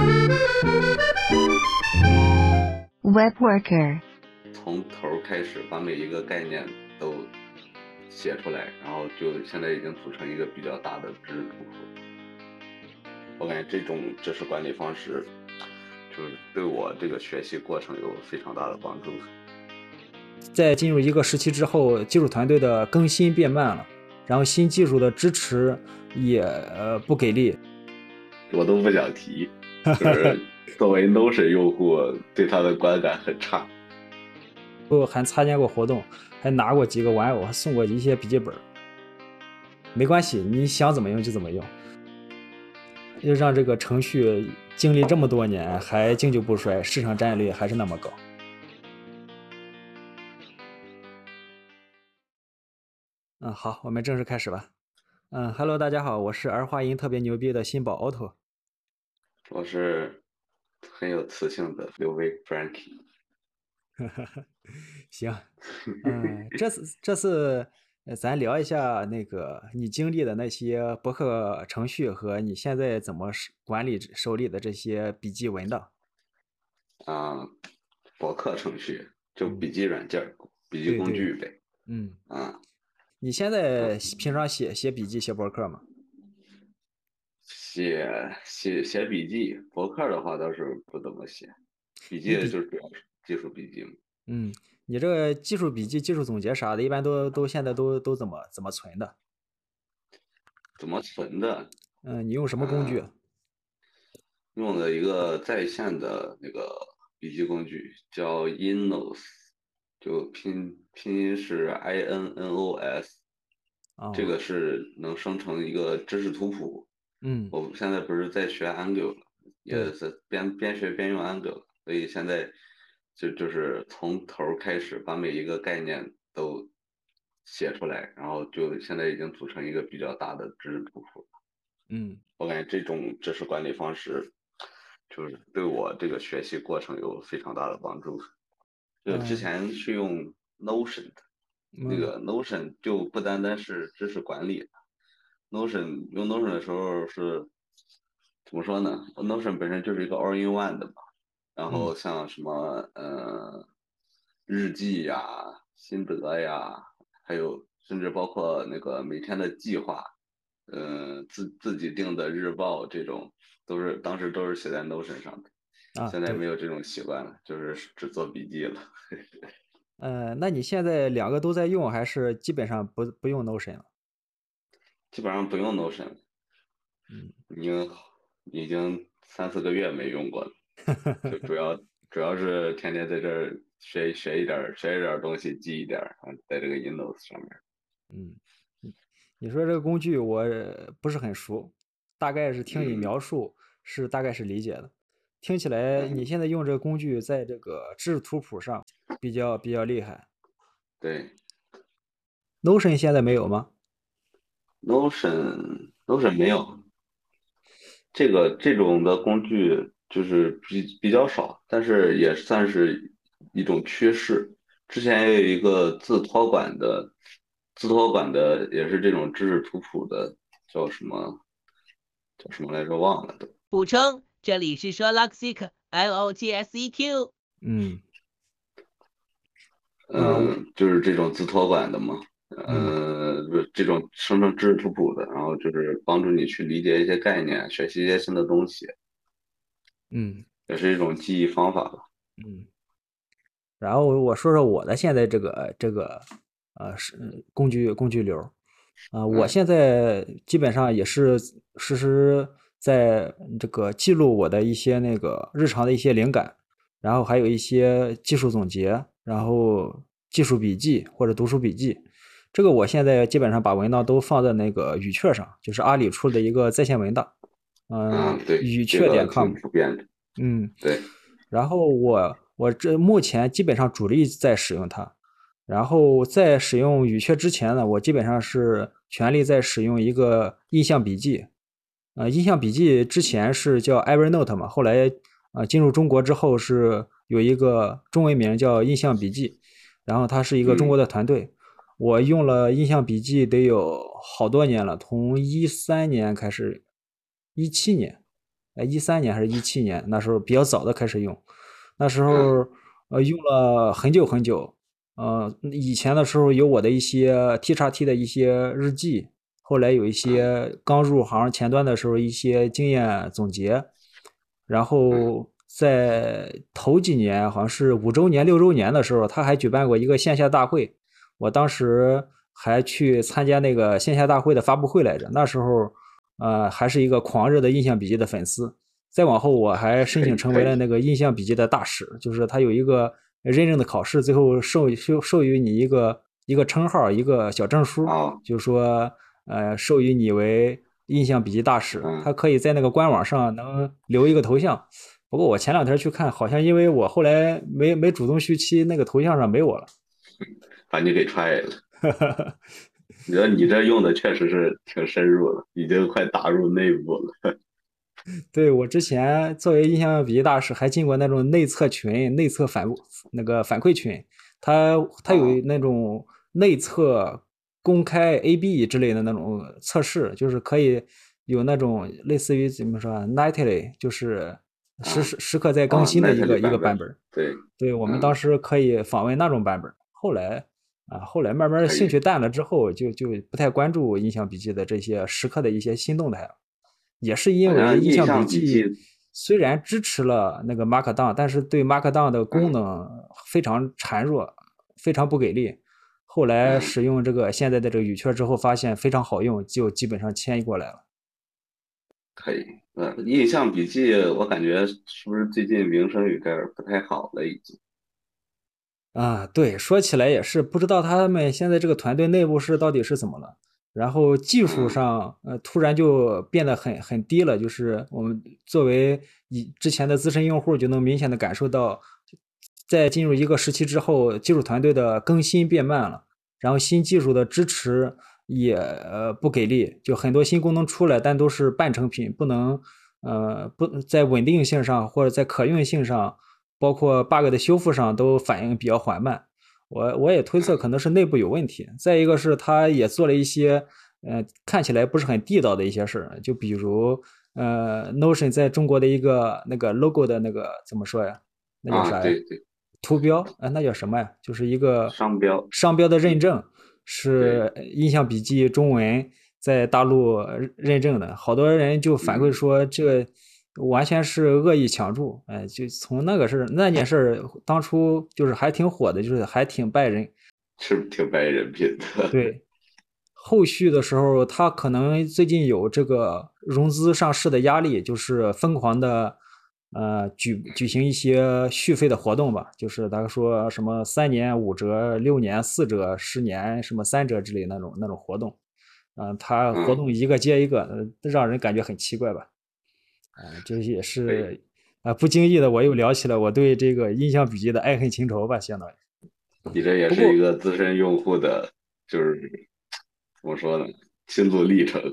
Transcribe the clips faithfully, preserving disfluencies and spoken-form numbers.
Webworker 从头开始把每一个概念都写出来，然后就现在已经组成一个比较大的知识图谱。我感觉这种知识管理方式就是对我这个学习过程有非常大的帮助。 在进入一个时期之后，技术团队的更新变慢了，然后新技术的支持也呃不给力。 我都不想提，就是作为 Notion 用户，对它的观感很差。 我还参加过活动，还拿过几个玩偶，还送过一些笔记本。没关系，你想怎么用就怎么用，就让这个程序经历这么多年还经久不衰，市场占有率还是那么高。嗯，好，我们正式开始吧。嗯 ，Hello， 大家好，我是儿化音特别牛逼的新宝 Auto。 我是很有磁性的刘威 Frankie。 行，嗯，这次这次咱聊一下那个你经历的那些博客程序和你现在怎么管理手里的这些笔记文档。 啊，博客程序就笔记软件、嗯、笔记工具呗。 嗯啊， 你现在平常写写笔记写博客吗？ 写写写笔记，博客的话倒是不怎么写，笔记就主要是技术笔记嘛。 嗯，你这个技术笔记、技术总结啥的，一般都都现在都都怎么怎么存的？ 怎么存的？ 嗯，你用什么工具？ 呃、用的一个在线的那个笔记工具叫 Innos， 就拼拼音是 I N N O S，、哦、这个是能生成一个知识图谱。 嗯， 我现在不是在学 Angular， 也是边边学边用 Angular， 所以现在就就是从头开始把每一个概念都写出来，然后就现在已经组成一个比较大的知识图谱。 嗯， 我感觉这种知识管理方式就是对我这个学习过程有非常大的帮助。就之前是用 Notion 的， 嗯、 那个 Notion 就不单单是知识管理。Notion 用 Notion 的时候是怎么说呢 ？Notion 本身就是一个 all-in-one 的嘛，然后像什么、嗯、呃日记呀、心得呀，还有甚至包括那个每天的计划，呃自自己定的日报这种，都是当时都是写在 Notion 上的。啊、现在没有这种习惯了，就是只做笔记了。 呃，那你现在两个都在用，还是基本上不不用 Notion 了？ 基本上不用 Notion 了， 嗯， 已经已经三四个月没用过了，就主要主要是天天在这儿学学一点学一点东西，记一点，在这个 Innos 上面。 嗯，你说这个工具我不是很熟，大概是听你描述、嗯、是大概是理解的。听起来你现在用这个工具在这个知识图谱上比较比较厉害。 对 ，Notion 现在没有吗 ？Notion Notion 没有，这个这种的工具就是比比较少，但是也算是一种趋势。之前也有一个自托管的，自托管的也是这种知识图谱的，叫什么叫什么来着？忘了都。 补充，这里是说 Logsec L O G S E Q。 嗯。 嗯，就是这种自托管的嘛，呃，这种生成知识图谱的，然后就是帮助你去理解一些概念，学习一些新的东西， 嗯， 也是一种记忆方法吧。 嗯，然后我说说我的现在这个这个呃是工具工具流，啊、呃，我现在基本上也是实时在这个记录我的一些那个日常的一些灵感，然后还有一些技术总结，然后技术笔记或者读书笔记。这个我现在基本上把文档都放在那个语雀上，就是阿里出的一个在线文档， 嗯、啊，对， 语雀点 com， 挺普遍的， 嗯， 对。 然后我我这目前基本上主力在使用它，然后在使用语雀之前呢，我基本上是全力在使用一个印象笔记，呃，印象笔记之前是叫 Evernote 嘛，后来呃进入中国之后是有一个中文名叫印象笔记，然后它是一个中国的团队，嗯、我用了印象笔记得有好多年了，从一三年开始，一七年， 呃一三年还是一七年，那时候比较早的开始用，那时嗯候呃用了很久很久。呃，以前的时候有我的一些 T 叉 T 的一些日记，后来有一嗯些刚入行前端的时候一些经验总结，然嗯后在头几年好像是五周年、六周年的时候，他还举办过一个线下大会，我当时还去参加那个线下大会的发布会来着。那时候，呃，还是一个狂热的印象笔记的粉丝。再往后，我还申请成为了可以可以那个印象笔记的大使，就是他有一个认证的考试，最后授授授予你一个一个称号，一个小证书， 啊就是说，呃，授予你为印象笔记大使。他嗯， 可以在那个官网上能留一个头像。不过我前两天去看，好像因为我后来没没主动续期，那个头像上没我了。 把你给踹了。你说你这用的确实是挺深入了，已经快打入内部了。 对，我之前作为印象笔记大使，还进过那种内测群、内测反那个反馈群，它它有啊那种内测公开 A B 之类的那种测试，就是可以有那种类似于怎么说啊，nightly，就是时啊时时刻在更啊，那它新的一个一个里版本， 版本。 对， 对，我们当嗯， 时可以访问那种版本。后来啊，后来慢慢可以。 兴趣淡了之后，就就不太关注印象笔记的这些时刻的一些新动态了。也是因好像印为印象笔象笔记， 记虽然支持了那个 Markdown，但是对 Markdown 的功嗯能非常孱弱，非常不给力。后来嗯， 使用这个现在的这个语圈之后，发现非常好用，就基本上迁移过来了。 可以。呃，印象笔记，我感觉是不是最近名声有点儿不太好了，已经。 啊，对，说起来也是，不知道他们现在这个团队内部是到底是怎么了。然后技术嗯上，呃，突然就变得很很低了。就是我们作为以之前的资深用户，就能明显的感受到，在进入一个时期之后，技术团队的更新变慢了，然后新技术的支持也呃不给力，就很多新功能出来，但都是半成品，不能呃不在稳定性上或者在可用性上。包括 bug 的修复上都反应比较缓慢。我我也推测可能是内部有问题。再一个是他也做了一些呃看起来不是很地道的一些事儿，就比如呃 Notion 在中国的一个那个 logo 的那个怎么说呀？那叫啊， 啥呀？ 对对， 图标啊、呃那叫什么呀？就是一个商标， 商标的认证， 对， 是印象笔记中文在大陆认证的。好多人就反馈嗯， 说这完全是恶意抢注，哎，就从那个事那件事儿，当初就是还挺火的，就是还挺败人。 是挺败人品的。 对，后续的时候，他可能最近有这个融资上市的压力，就是疯狂的呃举举行一些续费的活动吧，就是他说什么三年五折、六年四折、十年什么三折之类那种那种活动。嗯、呃他活嗯， 动一个接一个，呃让人感觉很奇怪吧。啊，这也可以。 是啊，不经意的我又聊起了我对这个印象笔记的爱恨情仇吧，相当于。 你这也不过， 是一个资深用户的，就是怎么说呢，心路历程。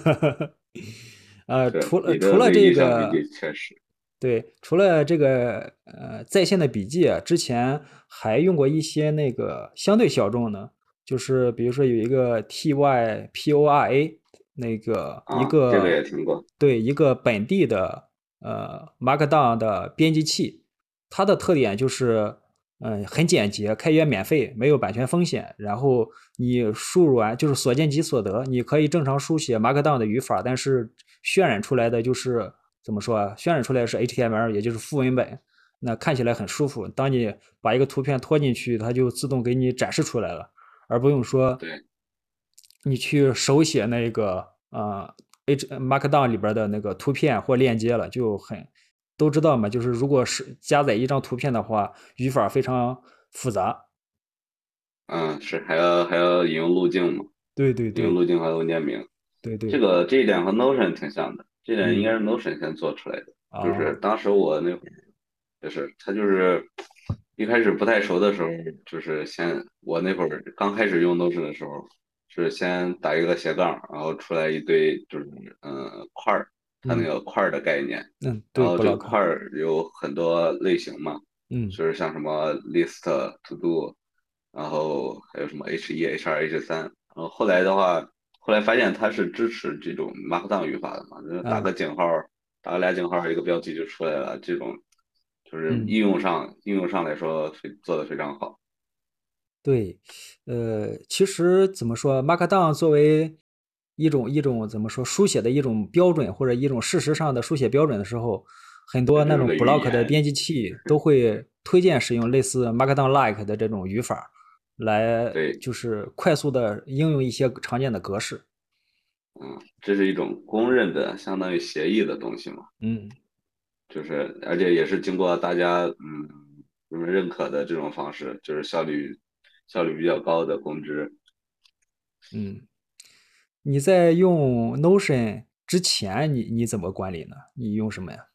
呃， 是除了你这除了这对印象笔个， 记确实， 对，除了这个呃在线的笔记啊，之前还用过一些那个相对小众的，就是比如说有一个 T Y P O R A 那个一啊，这个也个听过。 对一个本地的呃 Markdown 的编辑器，它的特点就是嗯、呃很简洁，开源免费，没有版权风险。然后你输入完就是所见即所得，你可以正常书写 Markdown 的语法，但是渲染出来的就是怎么说啊？渲染出来是 H T M L，也就是副文本，那看起来很舒服。当你把一个图片拖进去，它就自动给你展示出来了，而不用说对， 你去手写那个呃 H Markdown 里边的那个图片或链接了，就很都知道嘛。就是如果是加载一张图片的话，语法非常复杂。 嗯，是还要还要引用路径嘛， 对对引用对路径和文件名。 对对， 这个这一点和 Notion 挺像的，这点应该嗯是 Notion 先做出来的。就是啊当时我那会儿，就是他就是一开始不太熟的时候，就是先我那会儿刚开始用 Notion 的时候，是先打一个斜杠，然后出来一堆就是嗯块儿，它那嗯个块儿的概念， 嗯，对， 然后布洛克， 这个块儿有很多类型嘛， 嗯就是像什么 list、to do，然后还有什么 H 一、H 二、H 三，然后后来的话。后来发现它是支持这种 Markdown 语法的嘛，就是打啊个井号， 打个俩井号，一个标题就出来了。这种就是嗯。 应用上应用上来说非做的非常好。 对，呃，其实怎么说，Markdown 作为一种一种怎么说书写的一种标准或者一种事实上的书写标准的时候，很多那种这个语 block 的言， 编辑器都会推荐使用类似 Markdown-like 的这种语法，来对， 就是快速的应用一些常见的格式。 嗯，这是一种公认的相当于协议的东西嘛。 嗯就是而且也是经过大家嗯人们认可的这种方式，就是效率效率比较高的工具。 嗯，你在用 Notion 之前，你你怎么管理呢？你用什么呀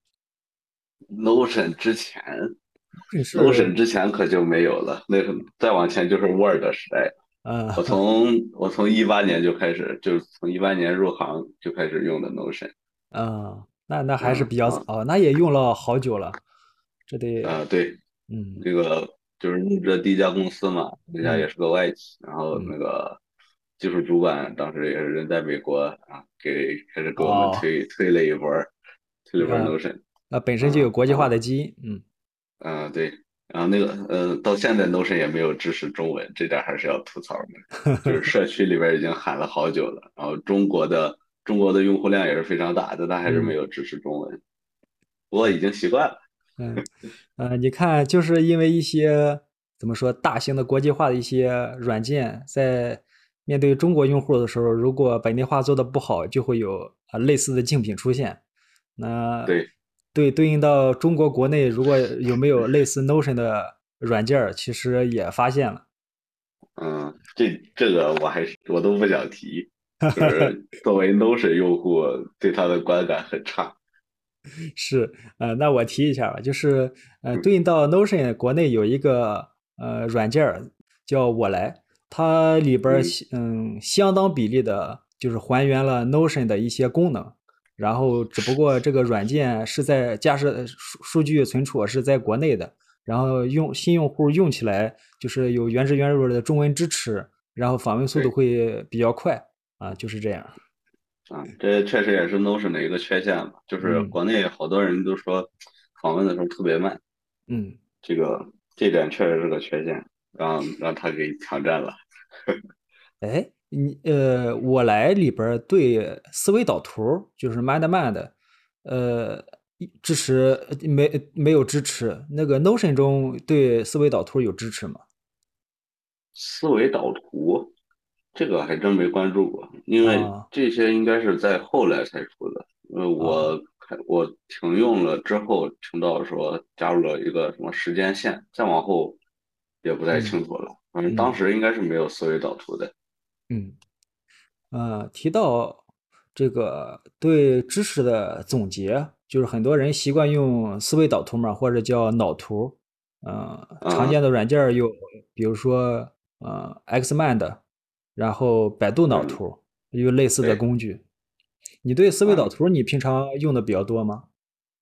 Notion 之前 ？Notion 是 ，Notion 之前可就没有了，那个再往前就是 Word 时代。 呃我从我从一八年就开始，就是从一八年入行就开始用的 Notion。 嗯，那那还是比较早， 嗯啊哦那也用了好久了，这得， 啊，对， 嗯那个就是入职的第一家公司嘛，那家也嗯是个外企，然后嗯， 那个技术主管当时也是人在美国啊，给开始给我们哦， 推推了一波儿，推了一波儿呃 Notion。 呃，本身就有啊， 国际化的然后基因，嗯， 嗯、呃对，然后那个呃，到现在 Notion 也没有支持中文，这点儿还是要吐槽的。就是社区里边儿已经喊了好久了，然后中国的中国的用户量也是非常大，但它还是没嗯有支持中文。不过已经习惯了。 嗯呃，你看，就是因为一些怎么说，大型的国际化的一些软件，在面对中国用户的时候，如果本地化做的不好，就会有啊类似的竞品出现。那对， 对对应到中国国内，如果有没有类似 Notion 的软件儿，其实也发现了。 嗯，这这个我还是我都不想提，就是作为 Notion 用户，对它的观感很差。 是，呃，那我提一下吧，就是呃， 嗯对应到 Notion 国内有一个呃软件儿叫我来，它里边儿嗯， 相嗯相当比例的就是还原了 Notion 的一些功能，然后只不过这个软件是在架设数数据存储是在国内的，然后用新用户用起来就是有原汁原味儿的中文支持，然后访问速度对， 会比较快啊，就是这样。 啊，这确实也是 Notion 的一个缺陷吧，就是嗯国内好多人都说访问的时候特别慢， 嗯。 这个这点确实是个缺陷，让让他给抢占了。 哎，你呃，我来里边儿对思维导图就是 MindMind，呃，支持没没有支持？那个 Notion 中对思维导图有支持吗？ 思维导图这个还真没关注过，因为啊这些应该是在后来才出的。因为啊， 我开我停用了之后，听到说加入了一个什么时间线，再往后也不太嗯清楚了。反正当嗯时应该是没有思维导图的。 嗯，呃，提到这个对知识的总结，就是很多人习惯用思维导图嘛，或者叫脑图。呃，常嗯见的软件儿有，比如说呃 Xmind，然后百度脑嗯， 图，有类似的对， 工具。你对思维导嗯图你平常用的比较多吗？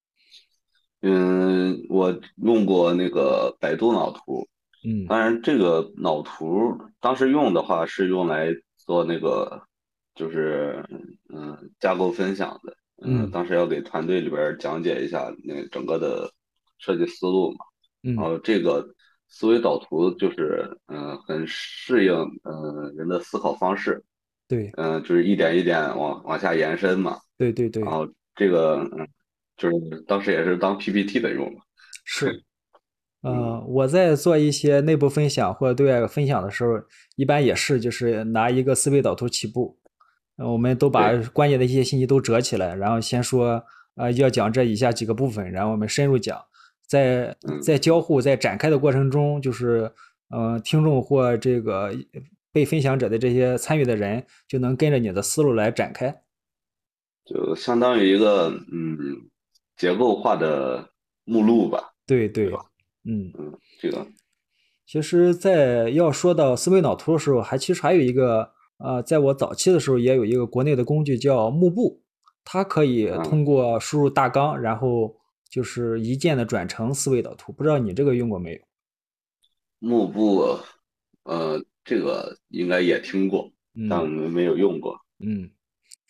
嗯，我用过那个百度脑图， 嗯当然这个脑图当时用的话是用来做那个就是嗯架构分享的。嗯， 嗯当时要给团队里边儿讲解一下那整个的设计思路嘛。然嗯， 后这个思维导图就是嗯很适应嗯人的思考方式。 对嗯就是一点一点往往下延伸嘛。 对对对， 然后这个嗯就是当时也是当 P P T 的用嘛。 是。 嗯， 呃，我在做一些内部分享或者对外分享的时候，一般也是就是拿一个思维导图起步，呃我们都把对， 关键的一些信息都折起来，然后先说，呃，要讲这以下几个部分，然后我们深入讲，在嗯。 在交互在展开的过程中，就是呃，听众或这个被分享者的这些参与的人就能跟着你的思路来展开。 就相当于一个嗯结构化的目录吧， 对对， 对吧？ 嗯。 嗯，这个其实，在要说到思维脑图的时候，还其实还有一个，呃，在我早期的时候也有一个国内的工具叫幕布，它可以嗯通过输入大纲，然后就是一键的转成思维导图。不知道你这个用过没有？ 幕布，呃，这个应该也听过，但嗯没有用过。 嗯。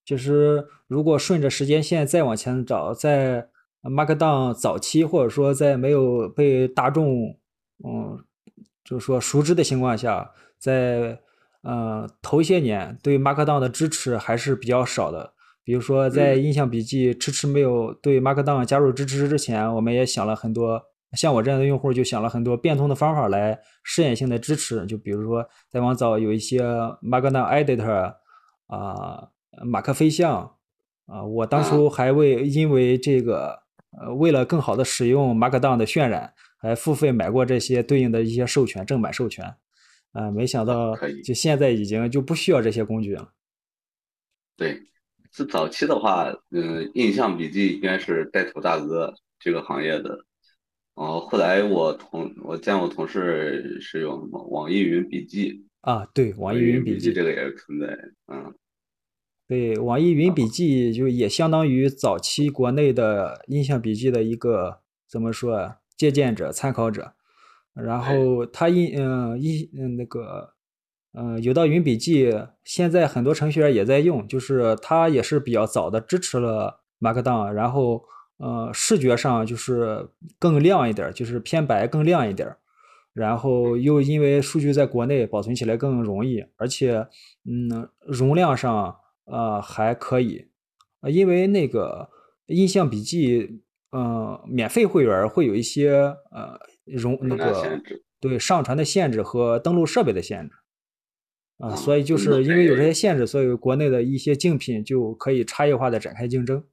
其实如果顺着时间线再往前找，在 Markdown 早期，或者说在没有被大众嗯就是说熟知的情况下，在呃头些年对 Markdown 的支持还是比较少的。比如说在嗯印象笔记迟迟没有对 Markdown 加入支持之前，我们也想了很多，像我这样的用户就想了很多变通的方法来试验性的支持。就比如说再往早有一些 Markdown Editor 啊、马克飞象啊、我当啊， 初还为因为这个呃为了更好的使用 Markdown 的渲染，还付费买过这些对应的一些授权正版授权。啊、没想到可以。 就现在已经就不需要这些工具了。 对，是早期的话，嗯，印象笔记应该是带头大哥这个行业的。然后后来我同我见我同事使用网网易云笔记， 啊，对，网易网易云云笔记。 笔记这个也是存在。嗯， 对，网易云笔记就也相当于早期国内的印象笔记的一个怎么说啊，借鉴者、参考者。然对， 后它印嗯印嗯那个嗯有道云笔记，现在很多程序员也在用，就是它也是比较早的支持了 Markdown，然后呃视觉上就是更亮一点儿，就是偏白更亮一点儿。然后又因为数据在国内保存起来更容易，而且嗯容量上呃还可以，呃因为那个印象笔记呃免费会员会有一些呃容那容量个限制对上传的限制和登录设备的限制啊，所啊， 以就那是因为有这些也有。 限制，所以国内的一些竞品就可以差异化的展开竞争。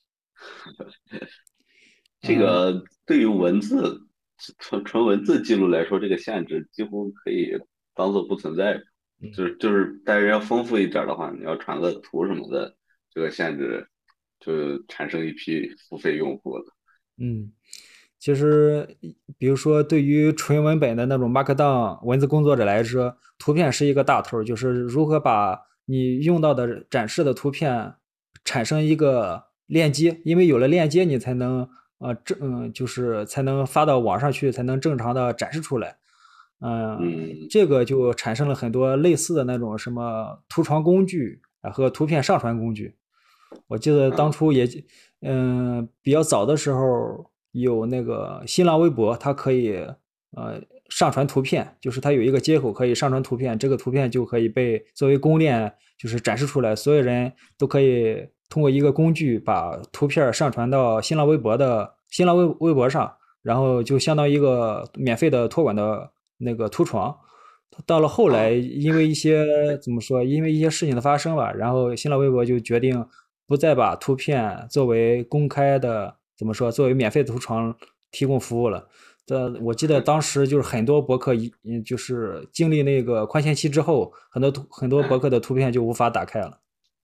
这嗯、 个对于文字纯纯文字记录来说，这个限制几乎可以当做不存在。就是就是，但是要丰富一点儿的话，你要传个图什么的，这个限制就产生一批付费用户了。 嗯，其实，比如说，对于纯文本的那种 Markdown 文字工作者来说，图片是一个大头儿，就是如何把你用到的展示的图片产生一个链接，因为有了链接，你才能呃正嗯，就是才能发到网上去，才能正常的展示出来。嗯， 嗯这个就产生了很多类似的那种什么图传工具啊和图片上传工具。我记得当啊初也，嗯，比较早的时候有那个新浪微博，它可以呃上传图片，就是它有一个接口可以上传图片，这个图片就可以被作为公链就是展示出来，所有人都可以通过一个工具把图片上传到新浪微博的新浪微微博上，然后就相当于一个免费的托管的那个图床。到了后来， 啊， 因为一些怎么说，因为一些事情的发生吧，然后新浪微博就决定不再把图片作为公开的，怎么说，作为免费的图床提供服务了。这我记得当时就是很多博客一，嗯就是经历那个宽限期之后，很多图很多博嗯客的图片就无法打开了。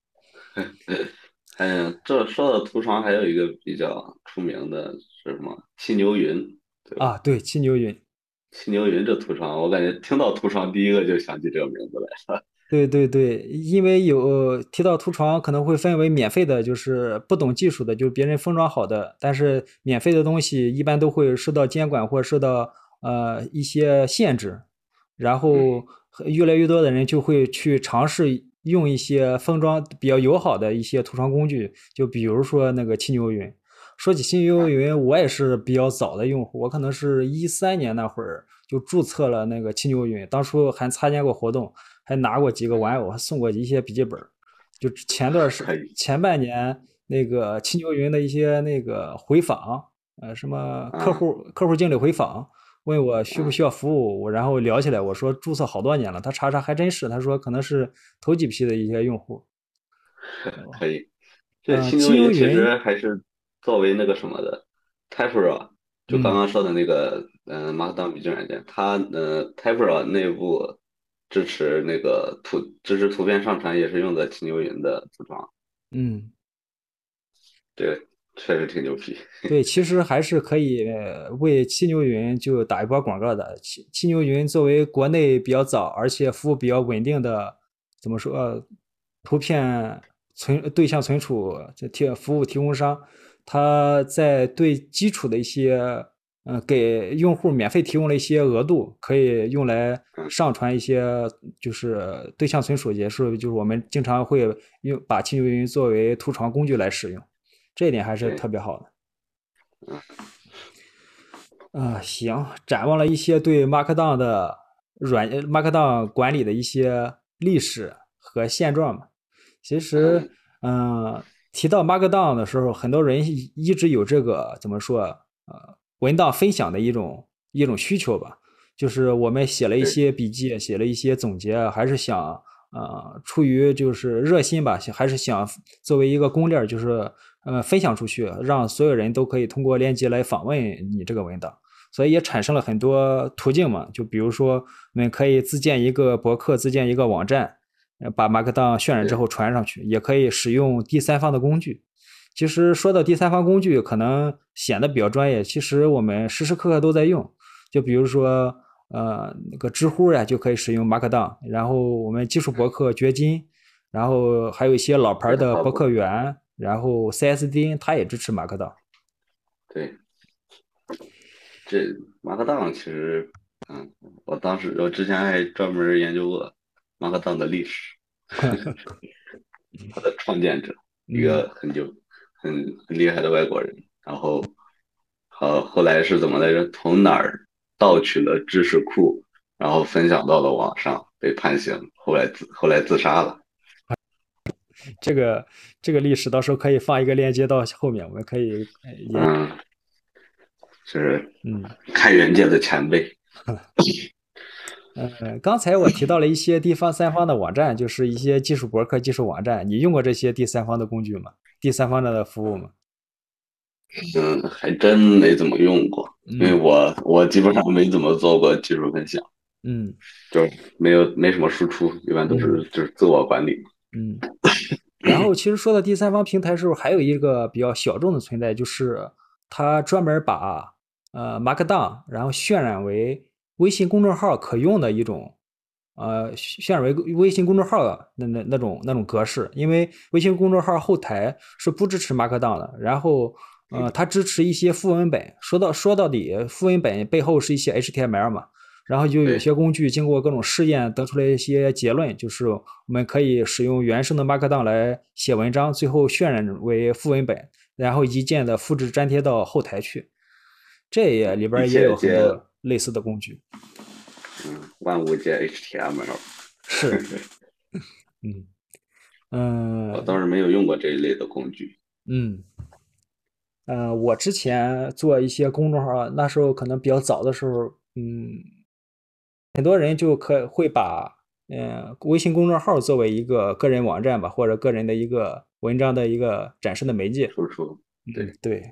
嗯，这说到图床，还有一个比较出名的是什么？七牛云，对吧？ 啊，对，七牛云。 七牛云这图床，我感觉听到图床第一个就想起这个名字来了。 对对对，因为有提到图床可能会分为免费的，就是不懂技术的，就是别人封装好的，但是免费的东西一般都会受到监管或者受到呃一些限制，然嗯后越来越多的人就会去尝试用一些封装比较友好的一些图床工具，就比如说那个七牛云。说起七牛云，我也是比较早的用户，我可能是一三年那会儿就注册了那个七牛云，当初还参加过活动。还拿过几个玩偶，还送过一些笔记本。就前段时可以前半年那个七牛云的一些那个回访，呃，什么客啊户客户经理回访，问我需不啊， 需要服务，我然后聊起来，我说注册好多年了，他查查还真是，他说可能是头几批的一些用户。 可以。这呃， 七七牛云其牛云， 实还是作为那个什么的 Typora，就刚嗯。 刚说的那个嗯、呃、Markdown 笔记软件，它呃 Typora 内部支持那个图支持图片上传，也是用的七牛云的图床， 嗯， 这个确实挺牛逼。 对，其实还是可以呃为七牛云就打一波广告的。七七牛云作为国内比较早，而且服务比较稳定的，怎么说，呃图片存对象存储这提服务提供商，它在对基础的一些呃，给用户免费提供了一些额度，可以用来上传一些就是对象存储，也是就是我们经常会用把清酒云作为图床工具来使用，这一点还是特别好的。啊、呃，行，展望了一些对 Markdown 的软 Markdown 管理的一些历史和现状嘛。其实，嗯、呃，提到 Markdown 的时候，很多人一直有这个怎么说，呃，文档分享的一种一种需求吧。就是我们写了一些笔记，写了一些总结，还是想，呃，出于就是热心吧，还是想作为一个公链，就是呃分享出去，让所有人都可以通过链接来访问你这个文档。所以也产生了很多途径嘛，就比如说我们可以自建一个博客，自建一个网站，把 Markdown 渲染之后传上去，也可以使用第三方的工具。其实说到第三方工具，可能显得比较专业，其实我们时时刻刻都在用。就比如说，呃，那个知乎呀，就可以使用 Markdown，然后我们技术博客掘金，然后还有一些老牌的博客园，然后 C S D N 它也支持 Markdown。 对。这马克档其实，嗯，我当时我之前还专门研究过马克档的历史，他的创建者，一个很久很很厉害的外国人，然后，好后来是怎么来着？从哪儿盗取了知识库，然后分享到了网上，被判刑，后来自后来自杀了。 这个这个历史到时候可以放一个链接到后面，我们可以研。 嗯，是嗯， 开源界的前辈。 呃，刚才我提到了一些第方三方的网站，就是一些技术博客、技术网站，你用过这些第三方的工具吗？第三方的服务吗？ 嗯，还真没怎么用过，因为我我基本上没怎么做过技术分享， 嗯， 就是没有没什么输出，一般都是、嗯、就是自我管理。 嗯，然后其实说到第三方平台的时候，还有一个比较小众的存在，就是它专门把呃 Markdown 然后渲染为微信公众号可用的一种。呃，渲染为微信公众号那那那种那种格式，因为微信公众号后台是不支持 Markdown 的，然后呃，它支持一些副文本。说到说到底，副文本背后是一些 H T M L 嘛，然后就有些工具经过各种试验得出来一些结论，就是我们可以使用原生的 Markdown 来写文章，最后渲染为副文本，然后一键的复制粘贴到后台去。这也里边也有很多类似的工具。 嗯，万物皆 H T M L。 是。嗯嗯， 我倒是没有用过这一类的工具。 嗯，呃，我之前做一些公众号，那时候可能比较早的时候，嗯，很多人就可会把呃微信公众号作为一个个人网站吧，或者个人的一个文章的一个展示的媒介。 输出，对、 嗯、对。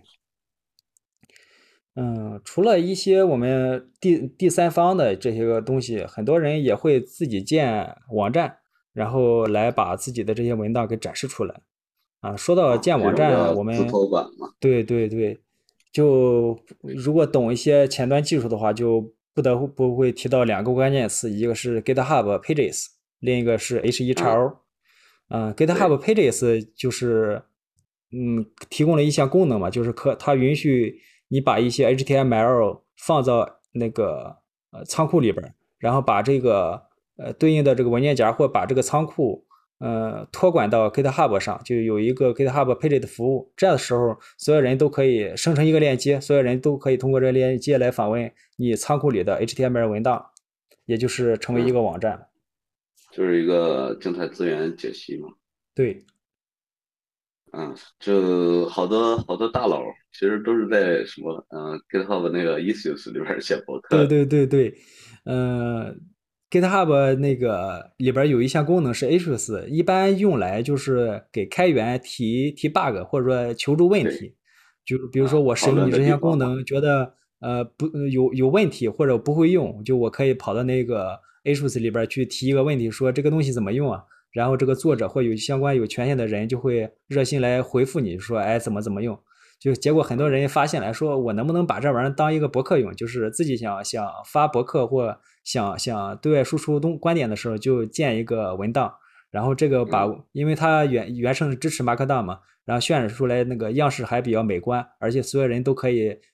嗯，除了一些我们第第三方的这些个东西，很多人也会自己建网站，然后来把自己的这些文档给展示出来。啊，说到建网站，我们自投版嘛， 对对对，就如果懂一些前端技术的话，就不得不会提到两个关键词，一个是 GitHub Pages， 另一个是 H E X O。嗯、呃、，GitHub Pages 就是嗯提供了一项功能嘛，就是可它允许你把一些 H T M L 放到那个呃仓库里边，然后把这个呃对应的这个文件夹或把这个仓库呃托管到 GitHub 上，就有一个 GitHub Page 的服务。这样的时候，所有人都可以生成一个链接，所有人都可以通过这个链接来访问你仓库里的 H T M L 文档，也就是成为一个网站。 嗯、就是一个静态资源解析嘛。 对。 嗯，就好多好多大佬其实都是在什么嗯 GitHub 那个 Issues 里边写博客。 对对对对，呃 GitHub 那个里边有一项功能是 Issues， 一般用来就是给开源提提 bug 或者说求助问题。就比如说我使用你这项功能，觉得呃不有有问题或者不会用，就我可以跑到那个 Issues 里边去提一个问题，说这个东西怎么用啊？然后这个作者或有相关有权限的人就会热心来回复你说，哎，怎么怎么用。就结果很多人发现来说，我能不能把这玩意儿当一个博客用？就是自己想想发博客或想想对外输出东观点的时候，就建一个文档，然后这个把，因为它原原生是支持 Markdown 嘛，然后渲染出来那个样式还比较美观，而且所有人都可以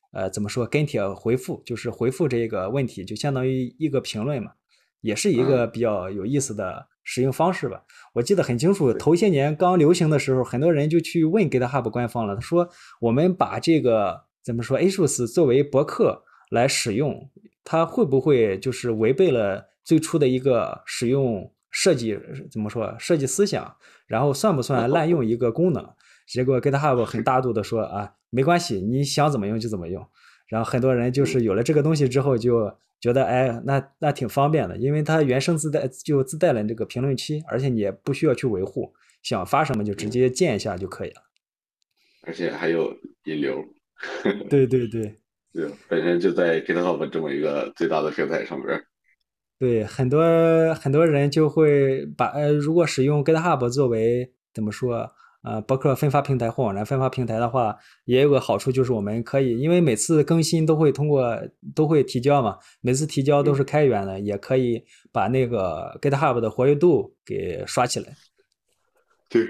呃怎么说跟帖回复，就是回复这个问题，就相当于一个评论嘛，也是一个嗯， 比较有意思的使用方式吧。我记得很清楚，头些年刚流行的时候，很多人就去问 GitHub 官方了，他说我们把这个怎么说 Asus 作为博客来使用，它会不会就是违背了最初的一个使用设计怎么说设计思想，然后算不算滥用一个功能？结果 GitHub 很大度的说啊，没关系，你想怎么用就怎么用。然后很多人就是有了这个东西之后，就觉得哎，那那挺方便的，因为它原生自带就自带了这个评论区，而且你也不需要去维护，想发什么就直接建一下就可以了。 而且还有引流， 对对对对，本身就在 GitHub 这么一个最大的平台上边。 对，很多很多人就会把呃，如果使用 GitHub 作为怎么说呃博客分发平台或网站分发平台的话，也有个好处就是我们可以，因为每次更新都会通过都会提交嘛，每次提交都是嗯， 开源的，也可以把那个 GitHub 的活跃度给刷起来。 对，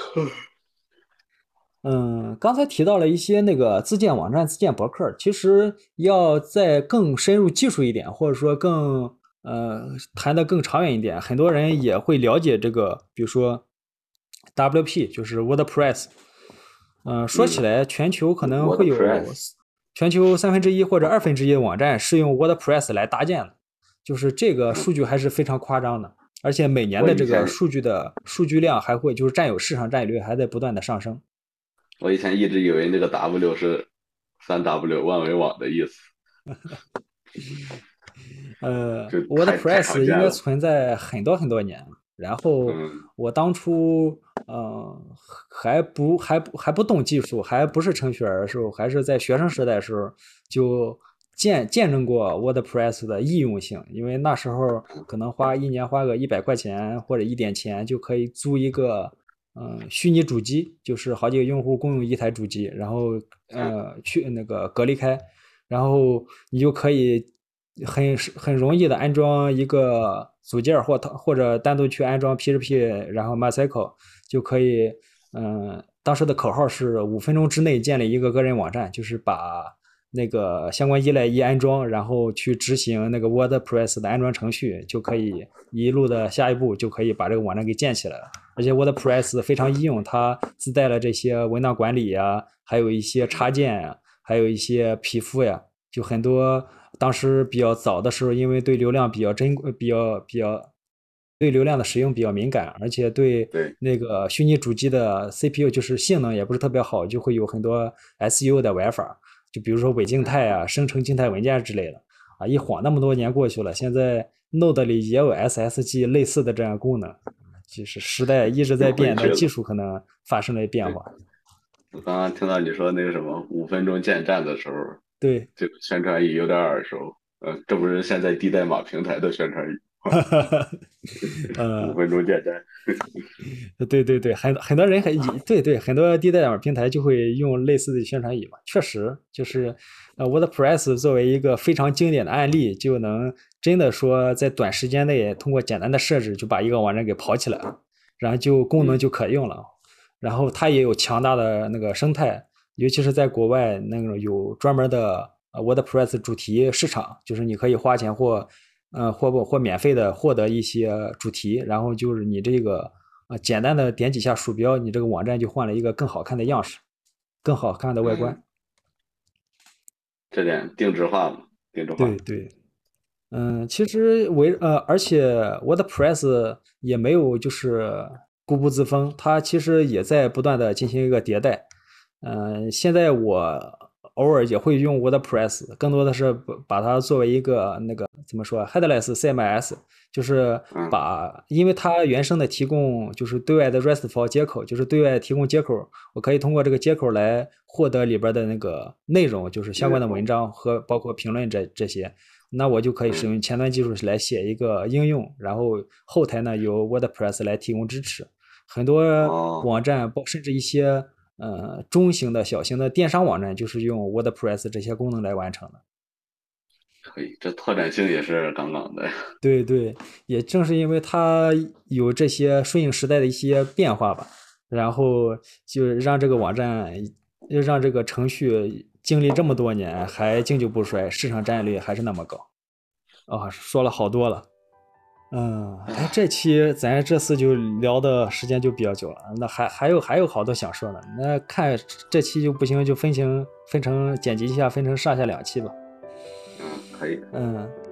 嗯，刚才提到了一些那个自建网站、自建博客，其实要再更深入技术一点，或者说更呃谈得更长远一点，很多人也会了解这个，比如说 W P，就是 WordPress。嗯、呃说起嗯来，全球可能会有 ，WordPress， 全球三分之一或者二分之一的网站是用 WordPress 来搭建的，就是这个嗯， 数据还是非常夸张的，而且每年的这个我以前数据的数据量还会就是占有市场占有率还在不断的上升。 我以前一直以为那个 W 是三 W 万维网的意思， 呃就太太常 ，WordPress 应该见了。 存在很多很多年，然后嗯我当初呃还不还不还不懂技术，还不是程序员的时候，还是在学生时代的时候，就见见证过 WordPress 的易用性，因为那时候可能花一年花个一百块钱或者一点钱就可以租一个嗯、呃虚拟主机，就是好几个用户共用一台主机，然后嗯呃去那个隔离开。然后你就可以很很容易的安装一个组件或或者单独去安装 P H P，然后 MySQL 就可以。嗯，当时的口号是五分钟之内建立一个个人网站，就是把那个相关依赖一安装，然后去执行那个 WordPress 的安装程序，就可以一路的下一步就可以把这个网站给建起来了。而且 WordPress 非常易用，它自带了这些文档管理呀，还有一些插件呀，还有一些皮肤呀，就很多当时比较早的时候，因为对流量比较珍贵，比较比较对流量的使用比较敏感，而且对对， 那个虚拟主机的 C P U 就是性能也不是特别好，就会有很多 S U 的玩法，就比如说伪静态啊、生成静态文件之类的啊。一晃那么多年过去了，现在 Node 里也有 S S G 类似的这样功能，就是时代一直在又回变，那技去了。 术可能发生了变对， 化。 我刚刚听到你说那个什么五分钟建站的时候， 对， 这个宣传语有点耳熟。呃，这不是现在低代码平台的宣传语，五呃， 分钟建站。 对对对，很很多人还对对很多低代码平台就会用类似的宣传语嘛，确实就是呃 WordPress 作为一个非常经典的案例，就能真的说在短时间内通过简单的设置就把一个网站给跑起来了，然后就功能嗯， 就可用了，然后它也有强大的那个生态，尤其是在国外那种有专门的呃 WordPress 主题市场，就是你可以花钱或呃或不或免费的获得一些主题，然后就是你这个啊、呃简单的点几下鼠标，你这个网站就换了一个更好看的样式，更好看的外观。 嗯，这点定制化嘛，定制化。 对对，嗯，其实为呃，而且 WordPress 也没有就是固步自封，它其实也在不断的进行一个迭代。嗯，现在我偶尔也会用 WordPress，更多的是把把它作为一个那个怎么说 headless C M S，就是嗯把因为它原生的提供就是对外的 RESTful 接口，就是对外提供接口，我可以通过这个接口来获得里边的那个内容，就是相关的文章和包括评论这这些。那我就可以使嗯， 用前端技术来写一个应用，然后后台呢由 WordPress 来提供支持。很多哦， 网站，包甚至一些呃中型的小型的电商网站，就是用 WordPress 这些功能来完成的。 可以，这拓展性也是杠杠的。 对对，也正是因为它有这些顺应时代的一些变化吧，然后就让这个网站，让这个程序经历这么多年还经久不衰，市场占有率还是那么高。啊，说了好多了。嗯，哎，这期咱这次就聊的时间就比较久了，那还还有还有好多想说的，那看这期就不行，就分成分成剪辑一下，分成上下两期吧。 嗯，可以。 嗯，